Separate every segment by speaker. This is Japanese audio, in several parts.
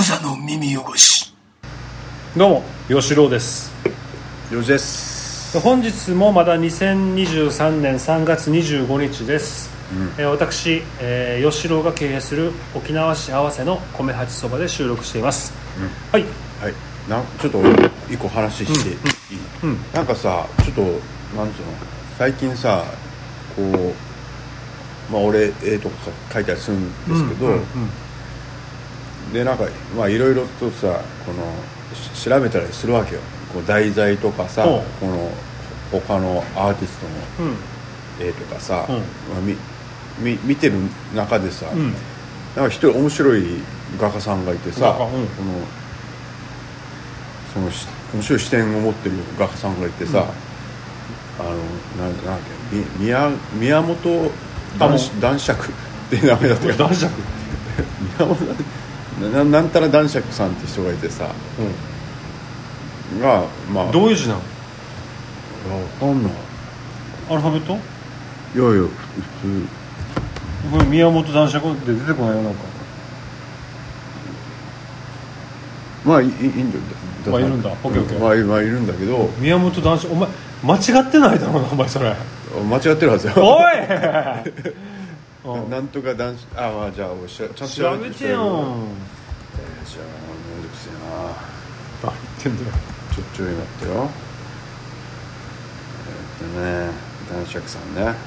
Speaker 1: 座の耳汚し。
Speaker 2: どうも吉郎です。
Speaker 3: よしです。
Speaker 2: 本日もまだ2023年3月25日です。私、吉郎が経営する沖縄市合わせの米八そばで収録しています。はい、
Speaker 3: はい、ちょっと一個話していい？なんかさ、ちょっとなんつうの、最近さ、こう、俺絵とか描いたりするんですけど、でなんかいろいろとさ、この調べたりするわけよ。こう題材とかさ、この他のアーティストの絵とかさ、見てる中でさ、なんか一人面白い画家さんがいてさ、その面白い視点を持ってる画家さんがいてさ、なんだっけ、宮本男爵って名前だったよ。
Speaker 2: 男爵
Speaker 3: なんたら男爵さんって人がいてさ、が
Speaker 2: どういう字なの？
Speaker 3: わかんない。
Speaker 2: アルファベット？
Speaker 3: いや普通。
Speaker 2: これ宮本男爵って出てこないよ。なんか
Speaker 3: いいんだよ。
Speaker 2: いるんだ。オッケーオッケ
Speaker 3: ー。いるんだけど、
Speaker 2: 宮本男爵、お前間違ってないだろうな、お前それ。
Speaker 3: 間違ってるはずよ。
Speaker 2: おい
Speaker 3: なんとか男爵、じゃあちゃんと
Speaker 2: 調べてよ。
Speaker 3: じゃあめんどくせえな。
Speaker 2: 何言ってんだよ。
Speaker 3: ちょい待ってよ。男爵さんね。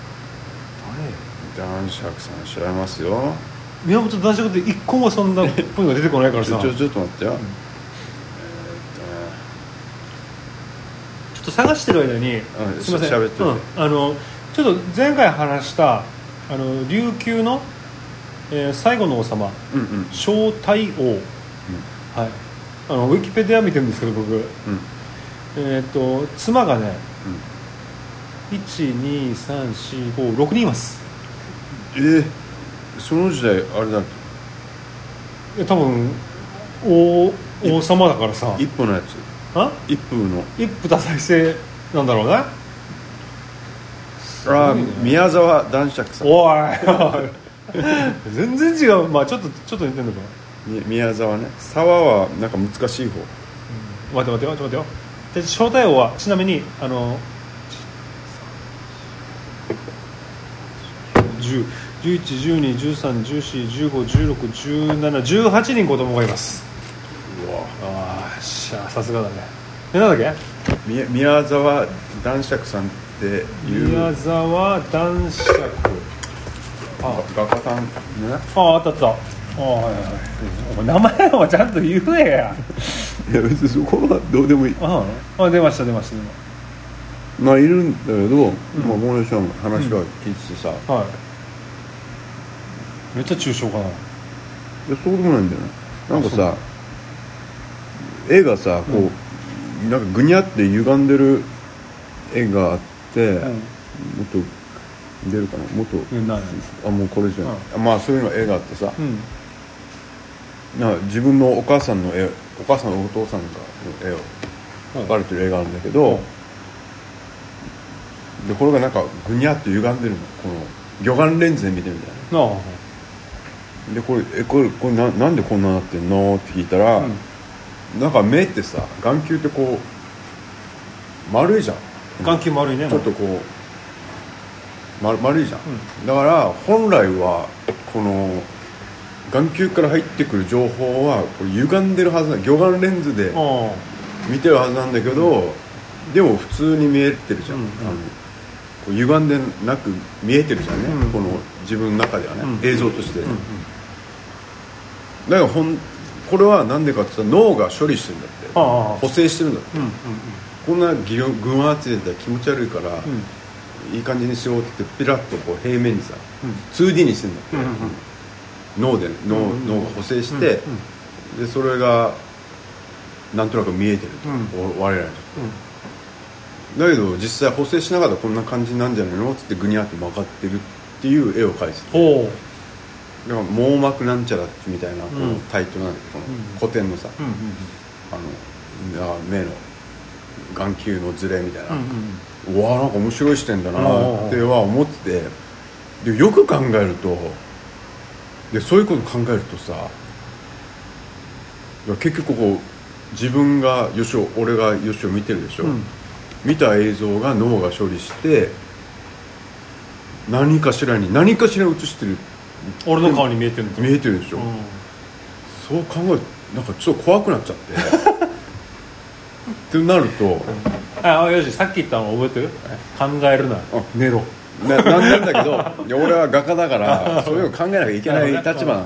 Speaker 3: 男爵さん調べますよ。
Speaker 2: 宮本男爵って一個もそんなポイが出てこないからさ。
Speaker 3: ちょっと待ってよ。
Speaker 2: ちょっと探してる間に、すいません。
Speaker 3: 喋ってて、
Speaker 2: ちょっと前回話した琉球の、最後の王様、小太王、はい、ウィキペディア見てるんですけど僕、妻がね、12345 6人います。
Speaker 3: その時代あれだっ
Speaker 2: け？多分王様だからさ。
Speaker 3: 一夫のやつ。一夫
Speaker 2: 多妻制なんだろうね。
Speaker 3: 宮沢男爵さん。
Speaker 2: おい全然違う。ちょっと似てんのか。
Speaker 3: 宮沢ね。沢はなんか難しい方。
Speaker 2: 待ってよ。で小太王はちなみに10、11、12、13、14、15、16、17、18人子供がいます。
Speaker 3: うわ
Speaker 2: あ、さすがだね。なんだっけ？
Speaker 3: 宮沢男爵さんっていう
Speaker 2: 宮沢男爵、
Speaker 3: 画家さんね。
Speaker 2: あった。お前名前はちゃんと言えや。
Speaker 3: いや別にそこはどうでもいい。
Speaker 2: 出ました
Speaker 3: 今。いるんだけど、もう一緒の話は聞いててさ、
Speaker 2: めっちゃ抽象かな。い
Speaker 3: やそうでもないんだよね。なんかさ、絵がさ、こうなんかぐにゃって歪んでる絵があって、もっと出るかな、もっともうこれじゃん、そういうの絵があってさ、自分のお母さんの絵、お母さんのお父さんの絵を描かれてる絵があるんだけど、でこれがなんかぐにゃって歪んでるの、この魚眼レンズで見てみたいな。でこれなんでこんななってんのって聞いたら、なんか目ってさ、眼球ってこう丸いじゃん。
Speaker 2: 眼球丸いね。
Speaker 3: ちょっとこう丸いじゃん、だから本来はこの眼球から入ってくる情報はこう歪んでるはずな、魚眼レンズで見てるはずなんだけど、でも普通に見えてるじゃん、こう歪んでなく見えてるじゃんね、この自分の中ではね、映像として、だからこれはなんでかって言ったら脳が処理してるんだって、補正してるんだって、こんな群を集めたら気持ち悪いから、いい感じにしようって言ってピラッとこう平面にさ、2D にしてるんだって、脳が補正して、でそれがなんとなく見えてると、我々にとって、だけど実際補正しながらこんな感じなんじゃないのって言ってグニャって曲がってるっていう絵を描いてて、だから網膜なんちゃらみたいなこのタイトルなんだけど、この古典のさ、目の眼球のズレみたいな、うわなんか面白い視点だなっては思ってて、でよく考えると、でそういうこと考えるとさ、 結局こう自分が俺がヨシを見てるでしょ、見た映像が脳が処理して何かしらに映してる。
Speaker 2: 俺の顔に見えてるんだ。
Speaker 3: 見えてるでしょ、そう考えるとなんかちょっと怖くなっちゃってってなると、
Speaker 2: よし、さっき言ったの覚えてる？考えるな、寝ろ
Speaker 3: なんだけど俺は画家だからそういうの考えなきゃいけない立場なの、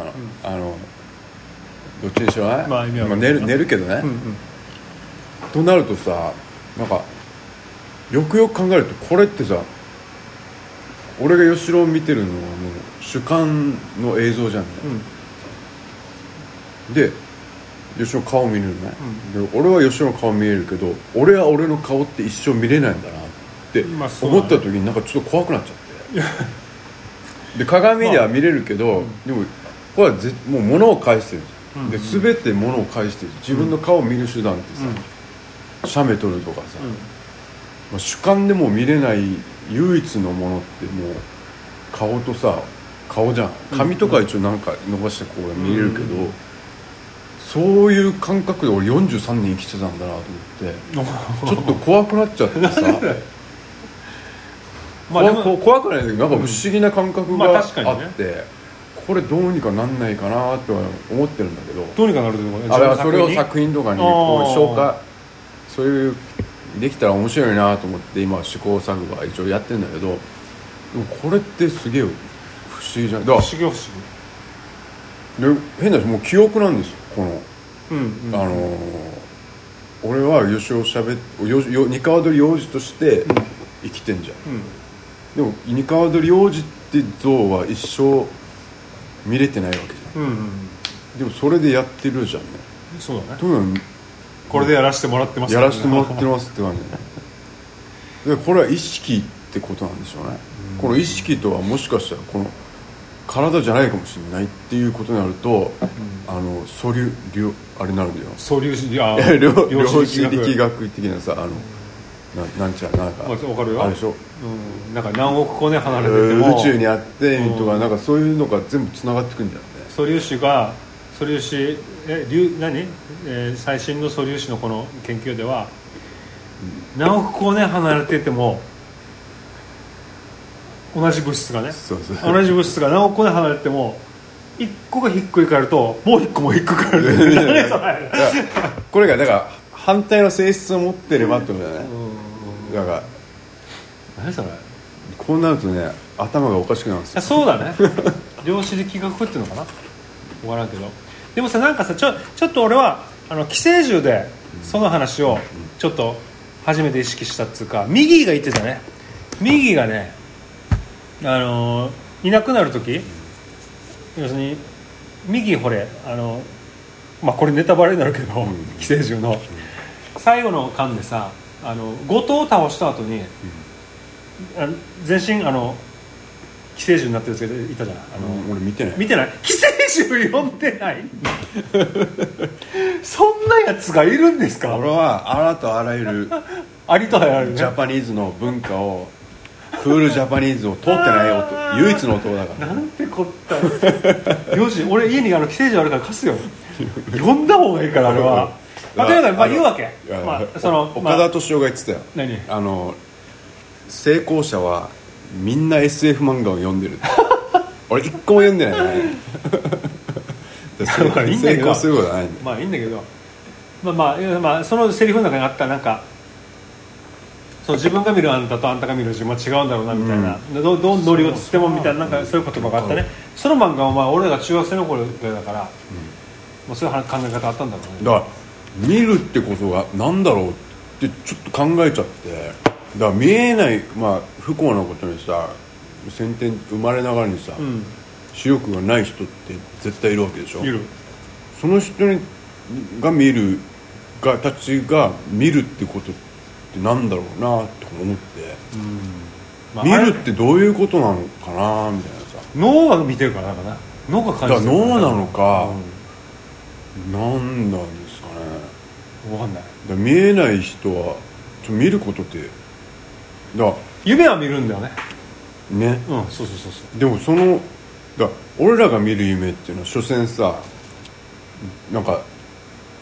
Speaker 3: どっちにしろね、寝るけどね、となるとさ、なんかよくよく考えるとこれってさ、俺が吉郎を見てるのはもう主観の映像じゃんね、で吉郎の顔見るのね、で俺は吉郎の顔見えるけど俺は俺の顔って一生見れないんだなって思った時になんかちょっと怖くなっちゃってで鏡では見れるけど、でもこれはもう物を返してる、で全て物を返してる。自分の顔を見る手段ってさ、写メ撮るとかさ、主観でも見れない唯一のものってもう顔とさ、顔じゃん。髪とか一応なんか伸ばしてこう見れるけど、そういう感覚で俺43年生きてたんだなと思ってちょっと怖くなっちゃってさ怖くないんだけど、なんか不思議な感覚があって、これどうにかなんないかなとは思ってるんだけど、
Speaker 2: どうにかなるという
Speaker 3: のか、それを作品とかにこう消化、そういうできたら面白いなと思って今試行錯誤は一応やってるんだけど、でもこれってすげえ不思議じゃん。だから
Speaker 2: 不思議
Speaker 3: で変な話、もう記憶なんですよこの、俺は吉尾二川鳥洋二として生きてんじゃん、でも二川鳥洋二って像は一生見れてないわけじゃん、でもそれでやってるじゃんね。
Speaker 2: そうだね。
Speaker 3: とにかく
Speaker 2: これでやらせてもらってます、
Speaker 3: やらせてもらってますって感じで、これは意識ってことなんでしょうね、この意識とはもしかしたらこの体じゃないかもしれないっていうことになると、素粒あれになるんだよ、
Speaker 2: 素粒子、
Speaker 3: 量子力学的なさ、なんちゃらなんか
Speaker 2: 分かるよ、
Speaker 3: あれでしょ、
Speaker 2: なんか何億光年離れてても
Speaker 3: 宇宙にあってとか、なんかそういうのが全部つながってくるんだよね。
Speaker 2: 素粒子最新の素粒子のこの研究では、何億光年離れてても同じ物質がね、同じ物質が何億光年離れてても1個がひっくり返るともう1個もひっくり返る何それ
Speaker 3: これがだから反対の性質を持ってればってことだよね、だから
Speaker 2: 何それ、
Speaker 3: こうなるとね頭がおかしくなるんですよ。
Speaker 2: そうだね量子力学っていうのかな、分からんけど、でもさ、なんかさ、ちょっと俺は寄生獣でその話をちょっと初めて意識したっつうか、ミギーが言ってたね。ミギーがね、いなくなる時、要するにミギーほれこれネタバレになるけど、寄生獣の最後の巻でさ、後藤を倒した後に、全身寄生獣になってるやつがいたじゃん。
Speaker 3: 俺見てない
Speaker 2: 寄生獣読んでないそんなやつがいるんですか。
Speaker 3: 俺はあらとあらゆる
Speaker 2: ありとあらゆる、
Speaker 3: ジャパニーズの文化をクールジャパニーズを通ってない音、唯一の男だから。
Speaker 2: なんてこったよし、俺家に寄生獣あるから貸すよ読んだ方がいいから、あれはというか言うわけ、
Speaker 3: 岡田敏夫が言ってたよ。
Speaker 2: 何、
Speaker 3: 成功者はみんな SF 漫画を読んでる俺一個も読んでないね成功することはないんだ。
Speaker 2: まあいいんだけど、そのセリフの中にあったなんか、そう自分が見るあんたとあんたが見る自分は違うんだろうなみたいな、どうノリをつってもみたいな、なんかそういう言葉があったね。その漫画は俺らが中学生の頃だから、もうそういう考え方あったんだろうね。
Speaker 3: だから見るってことがなんだろうってちょっと考えちゃって、だから見えない、不幸なことにさ、先天生まれながらにさ、視力がない人って絶対いるわけでしょ。
Speaker 2: いる。そ
Speaker 3: の人が見るたちが見るってことってなんだろうなって思って、見るってどういうことなのかなみたいなさ。
Speaker 2: 脳が見てるからかな。脳が感じてるから。
Speaker 3: 脳なのか、なんなんですかね。
Speaker 2: 分かんない。
Speaker 3: だ見えない人は見ることって
Speaker 2: 夢は見るんだよね。
Speaker 3: ね、
Speaker 2: そう
Speaker 3: でも俺らが見る夢っていうのは所詮さ、なんか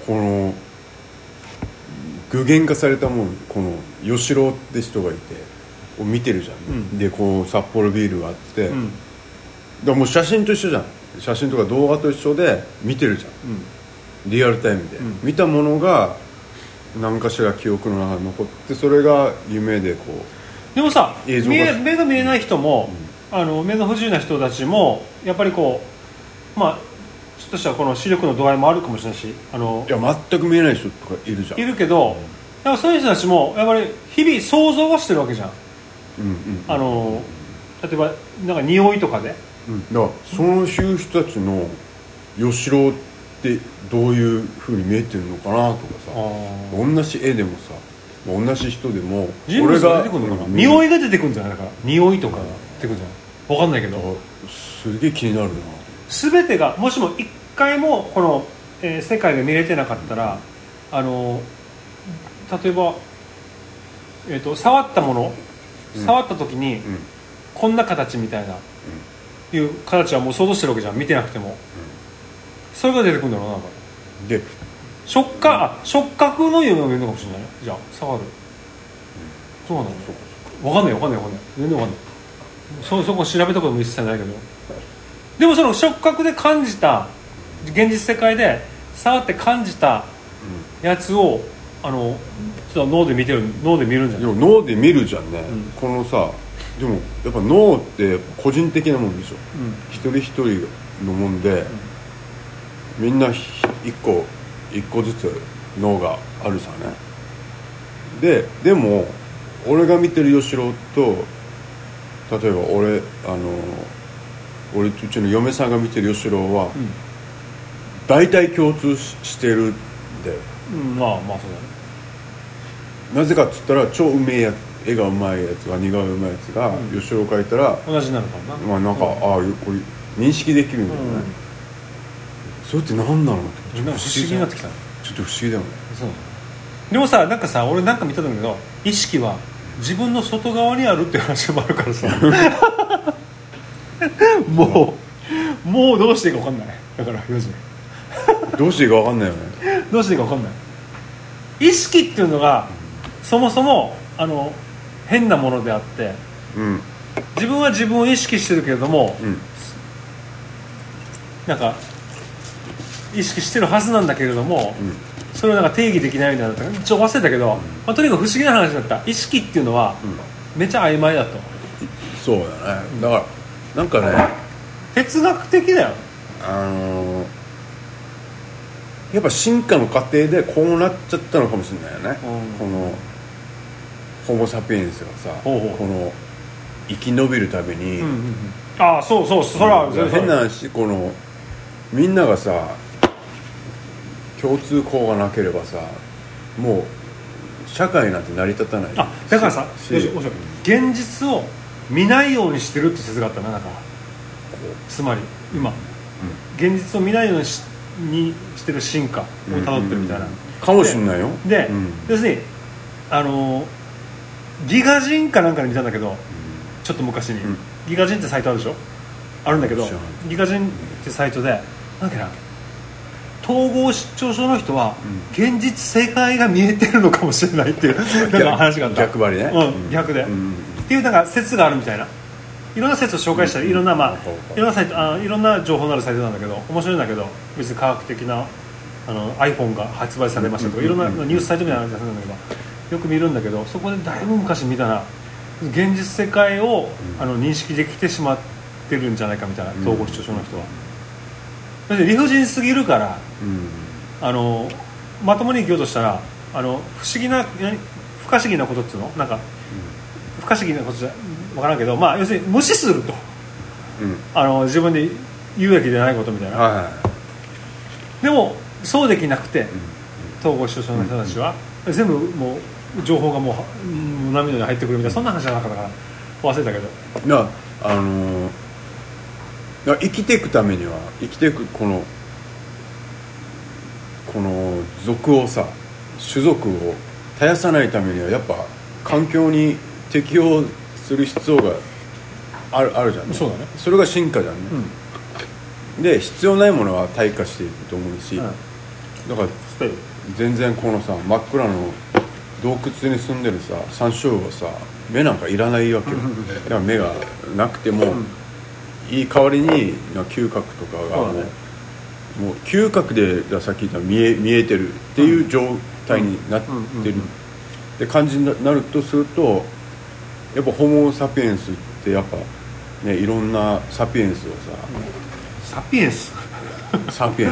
Speaker 3: この具現化されたもん、この吉郎って人がいて見てるじゃん、でこう札幌ビールがあって、だからもう写真と一緒じゃん、写真とか動画と一緒で見てるじゃん、リアルタイムで、見たものが何かしら記憶の中に残って、それが夢でこう。
Speaker 2: でもさ、目が見えない人も、目の不自由な人たちもやっぱりこう、まあちょっとしたこの視力の度合いもあるかもしれないし、い
Speaker 3: や全く見えない人とかいるじゃん。
Speaker 2: いるけど、だからそういう人たちもやっぱり日々想像はしてるわけじゃん。例えばなんか匂いとかで、
Speaker 3: だからそういう人たちの吉郎ってどういう風に見えてるのかなとかさ、同じ絵でもさ、同じ人でも
Speaker 2: 人物が出てくるのかな、匂いが出てくるんじゃない、だから匂いとかが出てくるんじゃない、分かんないけど、
Speaker 3: すげえ気になるな。
Speaker 2: 全てがもしも一回もこの、世界が見れてなかったら、例えば、触ったもの、触った時に、こんな形みたいな、いう形はもう想像してるわけじゃん、見てなくても、それが出てくるんだろうな。
Speaker 3: で
Speaker 2: 触覚の夢が見えるのかもしれないね。じゃあ触る、そうなの、分かんない全然分かんない、そこ調べたことも一切ないけど、でもその触覚で感じた、現実世界で触って感じたやつをちょっと脳で見るんじゃない？
Speaker 3: でも脳で見るじゃんね、このさ、でもやっぱ脳って個人的なもんでしょ、一人一人のもんで、みんな一個ずつ脳があるさね。でも俺が見てる吉郎と、例えば俺うちの嫁さんが見てる吉郎は、大体共通してるんだよ、
Speaker 2: まあそうだね。
Speaker 3: なぜかっつったら、超うめえや絵がうまいやつが、似顔絵うまいやつが吉郎描いたら
Speaker 2: 同じになるからな、
Speaker 3: なんか、これ認識できるんだよね、それって何なのって
Speaker 2: 不思議になってきた。
Speaker 3: ちょっと不思議だよね。
Speaker 2: そうでもさ、なんかさ、俺なんか見たんだけど、意識は自分の外側にあるっていう話もあるからさもうどうしていいか分かんない。だから4時
Speaker 3: どうしていいか分かんないよね
Speaker 2: どうしていいか分かんない。意識っていうのがそもそも変なものであって、自分は自分を意識してるけれども、なんか意識してるはずなんだけれども、それをなんか定義できないみたいな、ちょっと忘れたけど、とにかく不思議な話だった。意識っていうのはめちゃ曖昧だと。
Speaker 3: そうだね。だからなんかね、
Speaker 2: 哲学的だよ。
Speaker 3: やっぱ進化の過程でこうなっちゃったのかもしれないよね、このホモ・サピエンスがさ、この生き延びるために、
Speaker 2: そうそれは
Speaker 3: 変な話、このみんながさ、共通項がなければさ、もう社会なんて成り立たない。
Speaker 2: だからさ、現実を見ないようにしてるって説があったな。だからつまり今、現実を見ないようにしてる進化をたどってるみたいな、
Speaker 3: かもしれないよ。
Speaker 2: で、要するにギガ人かなんかで見たんだけど、ちょっと昔に、ギガ人ってサイトあるでしょ、あるんだけど、ギガ人ってサイトでなんだっけな、統合失調症の人は現実世界が見えてるのかもしれないっていうなんか話があった。
Speaker 3: 逆張りね、
Speaker 2: 逆で、っていうなんか説があるみたいな。いろんな説を紹介したり、いろんなサイト、いろんな情報のあるサイトなんだけど、面白いんだけど、別に科学的なiPhone が発売されましたとか、いろんなニュースサイトみたいな話なんだけど、よく見るんだけど、そこでだいぶ昔見たら、現実世界を認識できてしまってるんじゃないかみたいな、統合失調症の人は。だって理不尽すぎるから、まともに生きようとしたら、不可思議なことっていうの、なんか不可思議なことじゃ分からんけど、要するに無視すると、自分で言うべきでないことみたいな、でもそうできなくて、統合失調症の人たちは、全部もう情報がもう波のように入ってくるみたいな、そんな話じゃなかったから忘れたけど、
Speaker 3: 生きていくためには、生きていくこの属をさ、種族を絶やさないためには、やっぱ環境に適応する必要があるじゃんね。
Speaker 2: そうだね。
Speaker 3: それが進化じゃんね、で必要ないものは退化していくと思うし、 だから全然このさ真っ暗の洞窟に住んでるさ山椒はさ目なんかいらないわけよだから目がなくてもいい代わりに嗅覚とかがもう嗅覚でさっき言った見えてるっていう状態になってるって感じになるとするとやっぱホモ・サピエンスってやっぱねいろんなサピエンスをさ
Speaker 2: サピエンス
Speaker 3: をね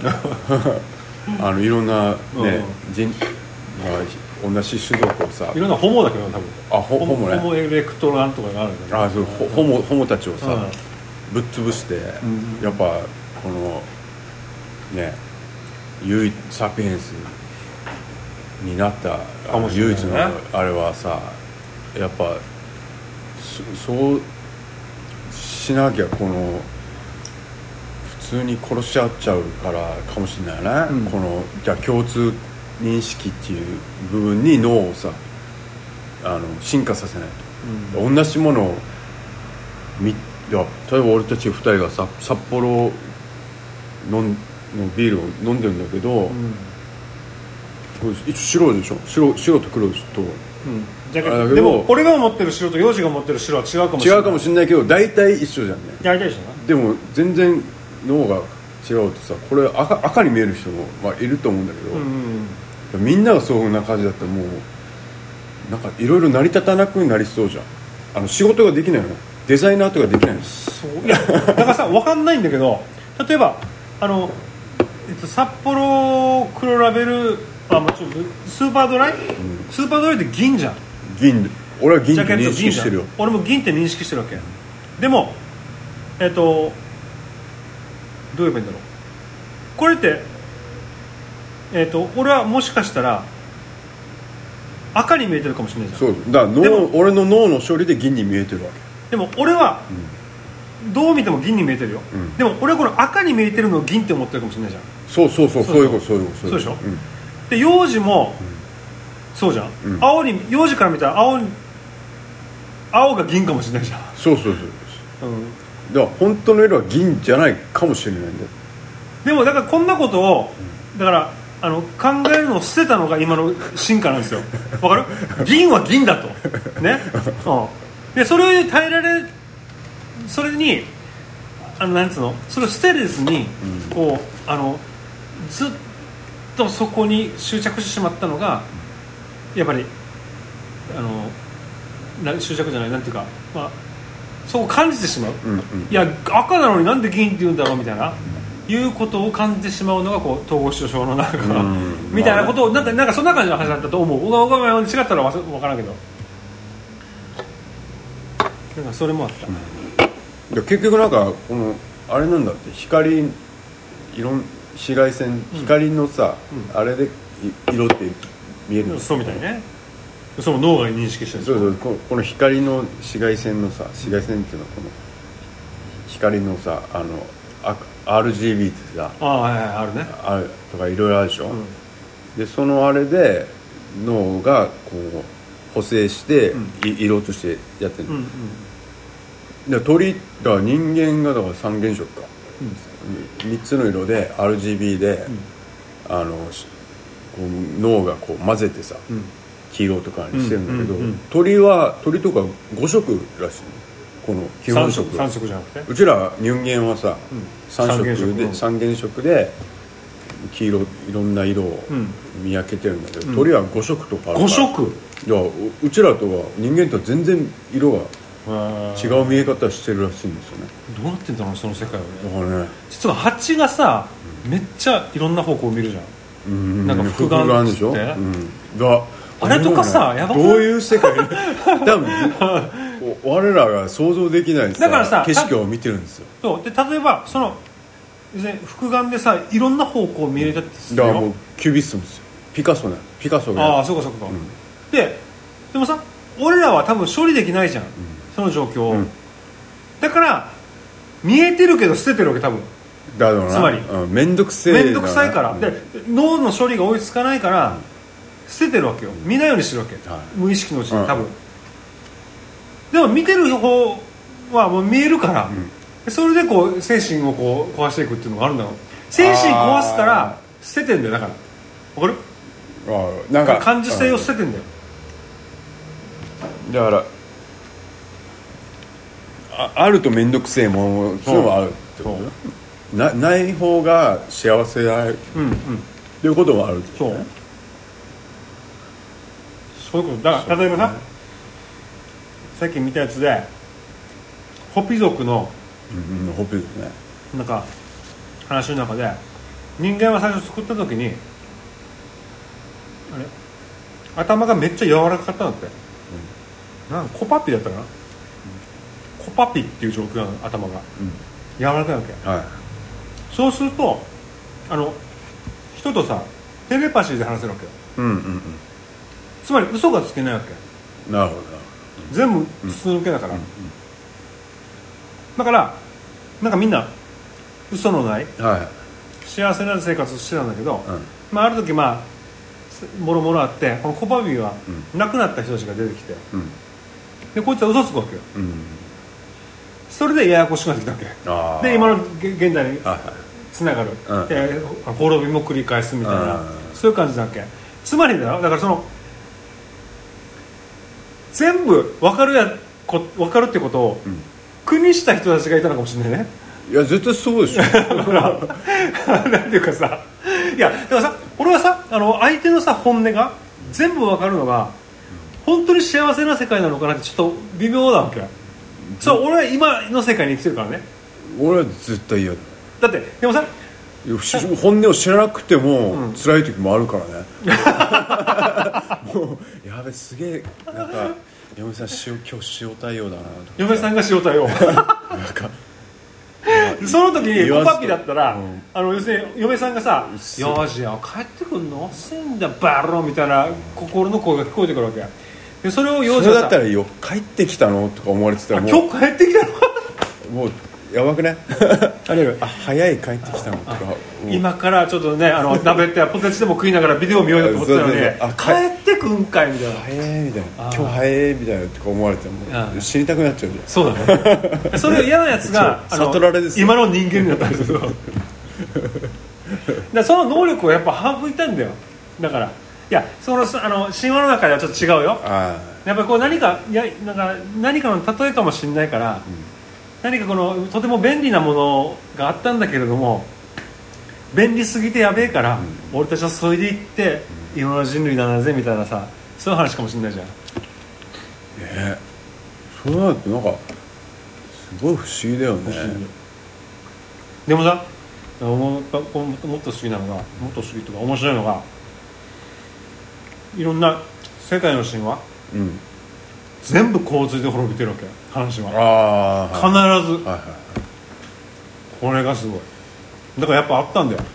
Speaker 3: いろんなね人が同じ種族をさ
Speaker 2: いろんなホモだけど多分
Speaker 3: ホモね
Speaker 2: ホモエレクトランとかがあるんだ
Speaker 3: けどそうホモたちをさぶっ潰してやっぱこのね唯一サピエンスになった唯一のあれはさやっぱそうしなきゃこの普通に殺し合っちゃうからかもしれないね、このじゃあ共通認識っていう部分に脳をさ進化させないと、同じものを例えば俺たち2人がさ札幌のビールを飲んでるんだけど、これ一応白でしょ、白と黒でしょと、
Speaker 2: でも俺が持ってる白と幼児が持ってる白は違うかもしれない。
Speaker 3: 違うかもしれないけど大体一緒じゃんね。
Speaker 2: 大体一緒な。
Speaker 3: でも全然脳が違うとさ、これ赤に見える人も、いると思うんだけど、みんながそんな感じだったらもうなんかいろいろ成り立たなくなりそうじゃん。仕事ができないの、デザイナーとかできないの。
Speaker 2: そういやだからさ分かんないんだけど、例えば札幌黒ラベルもちろんスーパードライ、スーパードライって銀じゃん。
Speaker 3: 銀、俺は銀って認識してるよ。
Speaker 2: 俺も銀って認識してるわけ。でもどう言えばいいんだろう、これって俺はもしかしたら赤に見えてるかもしれないじゃん。
Speaker 3: そうだから俺の脳の処理で銀に見えてるわけ。
Speaker 2: でも俺はどう見ても銀に見えてるよ、でも俺はこの赤に見えてるのを銀って思ってるかもしれないじゃん。
Speaker 3: そういうことそう
Speaker 2: でしょ、で幼児もそうじゃん、幼児から見たら青が銀かもしれないじゃん。
Speaker 3: そう、だから本当の色は銀じゃないかもしれないんだよ。
Speaker 2: でもだからこんなことをだから考えるのを捨てたのが今の進化なんですよ。わかる？銀は銀だとね、でそれに耐えられ、それになんつうの、それを捨てれずにこうずっとそこに執着してしまったのがやっぱり執着じゃない、なんていうか、そう感じてしまう、いや赤なのになんで銀って言うんだろうみたいな、いうことを感じてしまうのがこう統合失調症のなんかみたいなことをなんかそんな感じの話だったと思う。違ったら分からんけど、なんかそれもあった、
Speaker 3: 結局なんかこのあれなんだって、紫外線、光のさ、あれで色って見えるんだ。
Speaker 2: そうみたいね。その脳が認識してる。
Speaker 3: そうこの光の紫外線のさ、紫外線っていうのはこの光のさRGB ってさ、
Speaker 2: あるね、
Speaker 3: あるとかいろいろあるでしょ、でそのあれで脳がこう補正して、色としてやってる、だから人間がだから三原色か、3つの色で RGB で、こう脳がこう混ぜてさ、黄色とかにしてるんだけど、鳥とか5色らしいの、この基本色。
Speaker 2: 3色じゃなくて、
Speaker 3: うちら人間はさ、3原色で黄色、いろんな色を見分けてるんだけど、鳥は5色とかあるから。5
Speaker 2: 色？
Speaker 3: いや、うちらとは人間とは全然色が違う見え方してるらしいんですよね。
Speaker 2: どうなってんだろうその世界はね。
Speaker 3: だからね、
Speaker 2: 実は蜂がさ、めっちゃいろんな方向を見るじゃん。なんか複眼でしょ、あれとかさ、やばくない？
Speaker 3: どういう世界多分我らが想像できないさ、
Speaker 2: だからさ、
Speaker 3: 景色を見てるんですよ。
Speaker 2: そうで、例えばその複眼でさ、いろんな方向を見れたってするよ。
Speaker 3: だからもうキュビスムですよ。ピカソが。
Speaker 2: そうか、でもさ、俺らは多分処理できないじゃん、その状況を、だから見えてるけど捨ててるわけ、多分。
Speaker 3: だろうな、
Speaker 2: つまり
Speaker 3: めんどくさい
Speaker 2: から、で脳の処理が追いつかないから捨ててるわけよ。見ないようにしてるわけ、無意識のうちに多分、でも見てる方はもう見えるから、それでこう精神をこう壊していくっていうのがあるんだろう。精神壊すから捨捨ててんだよ。だからわかる？
Speaker 3: なんか
Speaker 2: 感受性を捨ててんだよ。
Speaker 3: だからあると面倒くせえもん、そういうのはあるってことない方が幸せだっていうこともあるってことね。
Speaker 2: そういうことだから、例えばさ、さっき見たやつでホピ族の、
Speaker 3: ホピ族ね、
Speaker 2: なんか話の中で人間は最初作った時にあれ頭がめっちゃ柔らかかったんだって、なんかコパピだったかな、コパピっていう状況なの、頭が、柔らかいわけ、そうすると人とさテレパシーで話せるわけよ、つまり嘘がつけないわけ。
Speaker 3: なるほど、
Speaker 2: 全部筒抜けだから、だからなんかみんな嘘のない、幸せな生活をしてたんだけど、ある時もろもろあって、このコパビは亡くなった人たちが出てきて、でこいつは嘘つくわけよ、それでややこしくなってきたわけで、今の現代につながる、滅びも繰り返すみたいな、そういう感じだっけ。つまりだからその全部分かるってことを苦にした人たちがいたのかもしれないね。
Speaker 3: いや絶対そうでしょ
Speaker 2: なんていうかさ、いやだからさ、俺はさ相手のさ本音が全部分かるのが本当に幸せな世界なのかなってちょっと微妙なわけ。そう、俺は今の世界に生きてるからね。
Speaker 3: 俺は絶対嫌だ。
Speaker 2: だってでもさ、
Speaker 3: 本音を知らなくても辛い時もあるからね、もうやべすげえ、なんか嫁さん今日塩対応だなとか、
Speaker 2: 嫁さんが塩対応なんかその時にコパピだったら、要するに嫁さんがさ「よしよ帰ってくんの遅いんだバロ」みたいな心の声が聞こえてくるわけで、それを幼女がさ、
Speaker 3: それだったらよ帰ってきたのとか思われてたら、もう
Speaker 2: 今日帰ってきたの
Speaker 3: もうやばくね早い帰ってきたのとか、
Speaker 2: 今からちょっとね鍋ってポテチでも食いながらビデオ見ようよと思ってたのに帰ってくんかいみたいな、
Speaker 3: 早いみたいな、今日早いみたいなとか思われても死にたくなっちゃうじゃん。
Speaker 2: そうだねそれ嫌なやつが
Speaker 3: 悟られですよ、
Speaker 2: 今の人間になったんですけどその能力をやっぱ省いたんだよ。だからいや神話の中ではちょっと違うよ。やっぱりこう何かの例えかもしれないから、何かこのとても便利なものがあったんだけれども、便利すぎてやべえから、俺たちはそれでいって今の人類なんだぜみたいなさ、そういう話かもしれないじゃん。
Speaker 3: そうなるとなんかすごい不思議だよね。
Speaker 2: でもさ、もっと不思議なのが、もっと不思議とか面白いのが、いろんな世界の神話、全部洪水で滅びてるわけ話は。必ず、これがすごい。だからやっぱあったんだよ。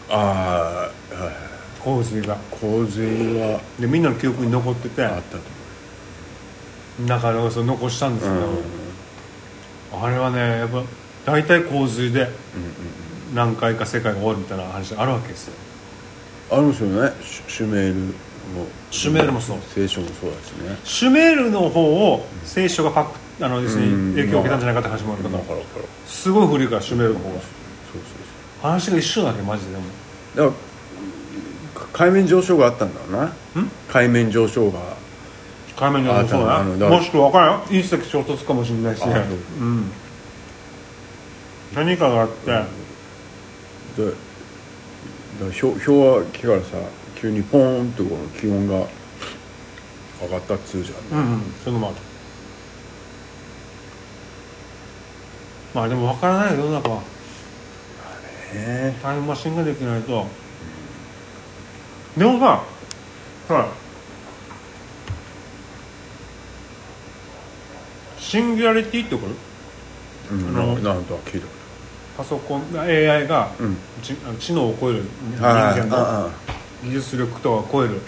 Speaker 2: 洪水が。
Speaker 3: 洪水は
Speaker 2: でみんなの記憶に残ってて、
Speaker 3: あったと思
Speaker 2: だからそれ残したんですけど、あれはねやっぱ大体洪水で何回か世界が終わるみたいな話あるわけですよ。
Speaker 3: あるんですよね。シュメールも
Speaker 2: そう、
Speaker 3: 聖書もそうだしね。
Speaker 2: シュメールの方を聖書が要するに影響を受けたんじゃないかって話もあるから、すごい古いからシュメールの方が話が一緒だけマジで。も
Speaker 3: だから海面上昇があったんだろうな。海面上昇が
Speaker 2: そうだな。もしくは分からんよ、隕石衝突かもしれないし、何かがあって、
Speaker 3: 氷は来からさ急にポーンとこの気温が上がったっつうじゃん。
Speaker 2: そういうのもある。まあでも分からないよ、世の中は。タイムマシンができないと。でもさ、シンギュラリティってこれ、
Speaker 3: なんとは聞いたこ
Speaker 2: パソコン AI が、知能を超える人間の技術力とは超える、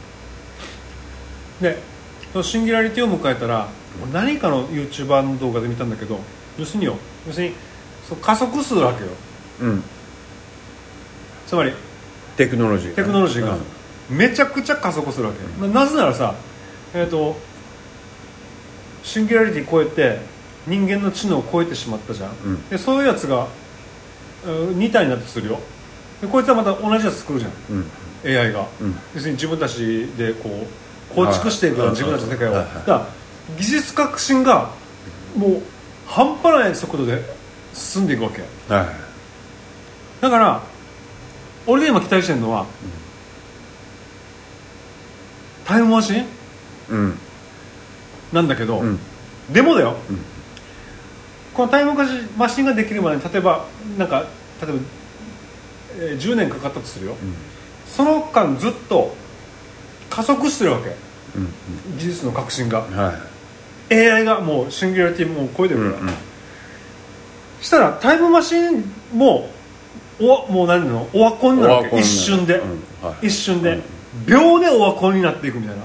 Speaker 2: でそのシンギュラリティを迎えたら、何かの YouTuber の動画で見たんだけど、要するにそ加速するわけよ、つまり
Speaker 3: テクノロジー
Speaker 2: がめちゃくちゃ加速するわけ、なぜならさ、シンギュラリティ超えて人間の知能を超えてしまったじゃん、でそういうやつが2体になってするよ。 でこいつはまた同じやつ作るじゃん、
Speaker 3: うん、
Speaker 2: AI が、
Speaker 3: うん、
Speaker 2: 要するに自分たちでこう構築していくような自分たちの世界を、だから技術革新がもう半端ない速度で進んでいくわけ、
Speaker 3: はい、
Speaker 2: だから俺が今期待してるのは、タイムマシン、
Speaker 3: うん、
Speaker 2: なんだけど、
Speaker 3: うん、
Speaker 2: でもだよ、
Speaker 3: うん、
Speaker 2: このタイムマシンができるまでに例えば10年かかったとするよ、うん、その間ずっと加速してるわけ、うん、技術の革新が、はい、AI がもうシンギュラリティもう超えてるから、うんうん、したらタイムマシンもう何のオワコンになるわけ、一瞬で、うんはい、一瞬で、うん、秒でオワコンになっていくみたいな、うん、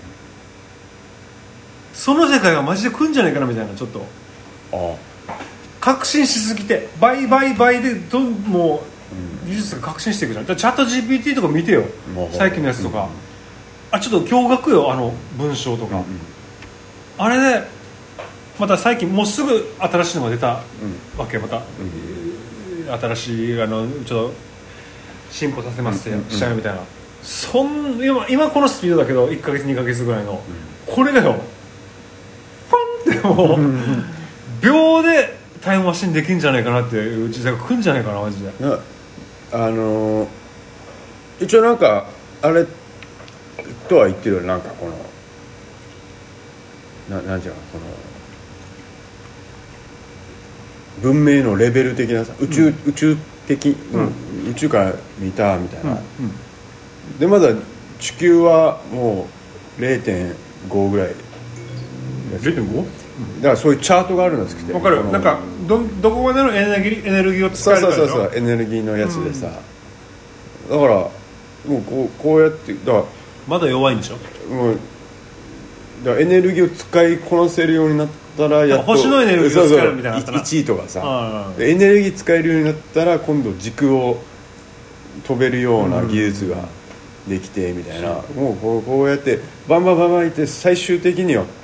Speaker 2: その世界がマジで来るんじゃないかなみたいな、ちょっと革新しすぎて倍でもう技術が革新していくじゃん。チャット GPT とか見てよ、最近のやつとか、うん、ちょっと驚愕よ、文章とか、うん、あれでまた最近もうすぐ新しいのが出たわけ、また、新しいちょっと進歩させますよ、したよみたいな、今このスピードだけど1ヶ月2ヶ月ぐらいの、これがよパンってもう秒でタイムマシンできるんじゃないかなっていう時代が来るんじゃないかなマジで。
Speaker 3: 一応なんかあれとは言ってるよ、なんかこのなんていうの、この文明のレベル的なさ、宇宙的、うん、宇宙から見たみたいな、うんうん、でまだ地球はもう 0.5 ぐらい
Speaker 2: 0.5？
Speaker 3: だからそういうチャートがあるんですけど、
Speaker 2: 分かる、なんかどこまでのエネルギーを使えるかでしょ。
Speaker 3: そうエネルギーのやつでさ、だからもうこうやってだから
Speaker 2: まだ弱いんでしょ。
Speaker 3: もうだからエネルギーを使いこなせるようになったらやっと
Speaker 2: 星のエネルギーを使えるみたいな
Speaker 3: 1位とかさ、エネルギー使えるようになったら今度時空を飛べるような技術ができてみたいな、もうこうやってバンバンいって最終的には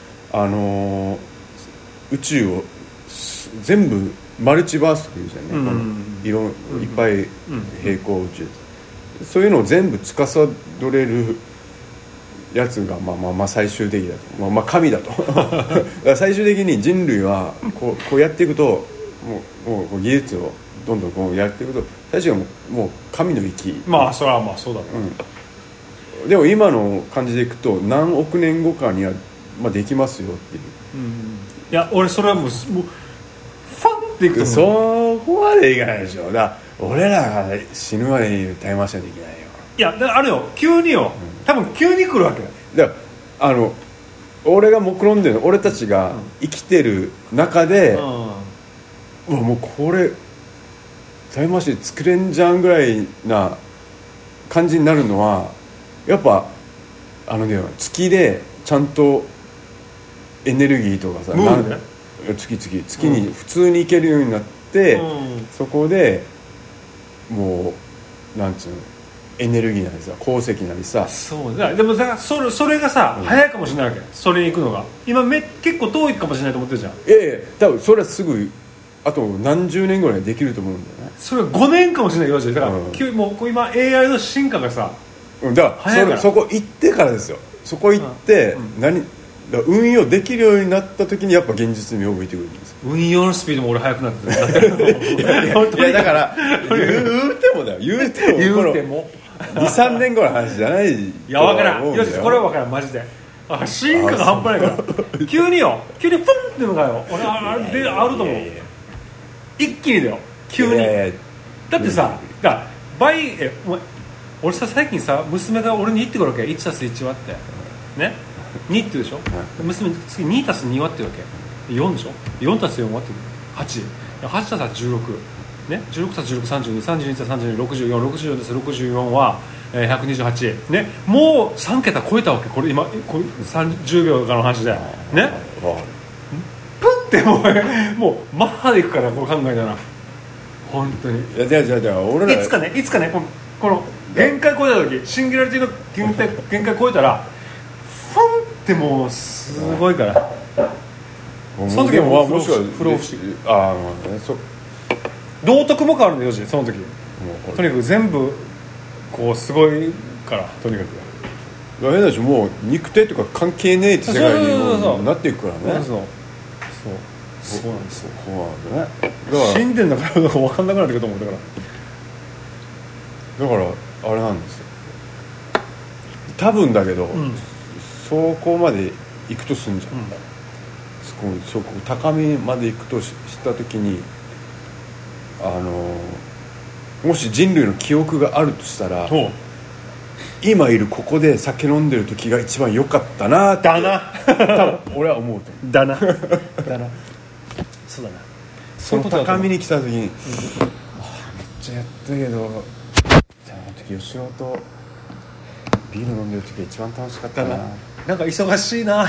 Speaker 3: 宇宙を全部マルチバースというじゃんね、この色いっぱい平行宇宙、そういうのを全部司れるやつがまあ最終的だと、まあ神だとだから最終的に人類はこうやっていくともう技術をどんどんこうやっていくと最終はもう神の域、
Speaker 2: まあそれはまあそうだね、
Speaker 3: うん、でも今の感じでいくと何億年後かにはできますよっていう、
Speaker 2: いや俺それはもうファンっていくと
Speaker 3: そこまでいかないでしょ。だから俺らが死ぬまでにタイムマシンはできないよ。
Speaker 2: いやだからあれよ、急によ、多分急に来るわけ
Speaker 3: だから俺が目論んでるの、俺たちが生きてる中で、うわもうこれタイムマシン作れんじゃんぐらいな感じになるのはやっぱ月でちゃんとエネルギーとかさ、月に普通に行けるようになって、そこでもうなんつうのエネルギーなりさ鉱石なりさ、
Speaker 2: そうだ。でもだからそれがさ、早いかもしれないわけ、それに行くのが今結構遠いかもしれないと思ってるじゃん。
Speaker 3: 多分それはすぐあと何十年ぐらいできると思うんだよね。
Speaker 2: それは5年かもしれないよ。だから、もう今 AI の進化がさ、
Speaker 3: だからそこ行ってからですよ。そこ行って、運用できるようになった時にやっぱ現実味を帯びてくるんですよ。
Speaker 2: 運用のスピードも俺速くなってる
Speaker 3: いやだから言うても 2,3 年後の話じゃない。い
Speaker 2: や分からん、よしこれは分からんマジで。進化が半端ないから急にポンってのがよ、俺あると思う。一気にだよ急に。だってさ、俺さ最近さ娘が俺に言ってくるわけ、 1+1 はってね、2って言うでしょ、娘次 2+2 はって言うわけ、4でしょ、4+4 はって8、8+8 は16ね、16+16 32、32+32 64、64+64 は128ね、もう3桁超えたわけ。これ今30秒からの話でね、プンってもうマッハでいくから、こう考えたら本当に。
Speaker 3: じゃあ俺ら
Speaker 2: いつかねこの限界超えた時、シンギュラリティの限界超えたらフォンってもうすごいから、その時はもしくは不老不死、道徳も変わるんだよ、その時とにかく全部こうすごいからとにかく
Speaker 3: 変だしもう肉体とか関係ねえって世界にもなっていくからね。
Speaker 2: そうなんですよ。
Speaker 3: そうなんだね。
Speaker 2: 死んでんだから分かんなくなってくると思う。だ
Speaker 3: からあれなんですよ多分だけど、そこまで行くとすんじゃん、そこ高みまで行くとした時にもし人類の記憶があるとしたら今いるここで酒飲んでる時が一番良かったなって
Speaker 2: だな
Speaker 3: 多分俺は思うと思う。
Speaker 2: だなそうだな。
Speaker 3: その高みに来た時に、めっちゃやったけどじゃああの時吉尾とビール飲んでる時が一番楽しかったな。
Speaker 2: なんか忙しいな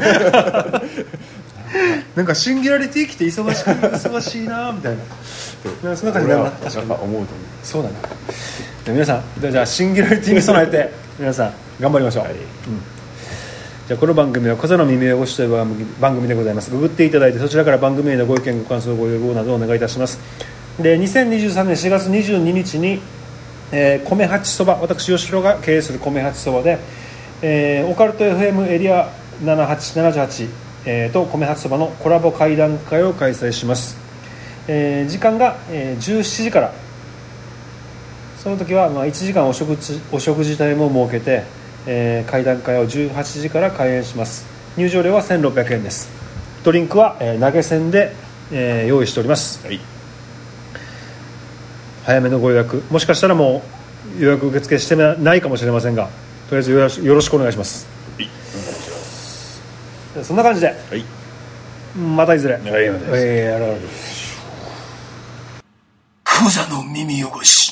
Speaker 2: なんかシンギュラリティ来て忙しいなみたいなそんな感じだな。確かに思うと思う。そうだな。皆さんじゃあシンギュラリティに備えて皆さん頑張りましょう、じゃあこの番組は小座の耳汚しという番組でございます。ググっていただいてそちらから番組へのご意見ご感想ご要望などをお願いいたします。で2023年4月22日に、米八そば私吉野が経営する米八そばで、オカルト FM エリア78、と米八そばのコラボ会談会を開催します。時間が、17時からその時は1時間お食事タイムを設けて、会談会を18時から開演します。入場料は1600円です。ドリンクは、投げ銭で、用意しております、早めのご予約もしかしたらもう予約受付してないかもしれませんがとりあえずよろしくお願いします。お願いします。そんな感じで、またいずれ。
Speaker 1: クザの耳汚し。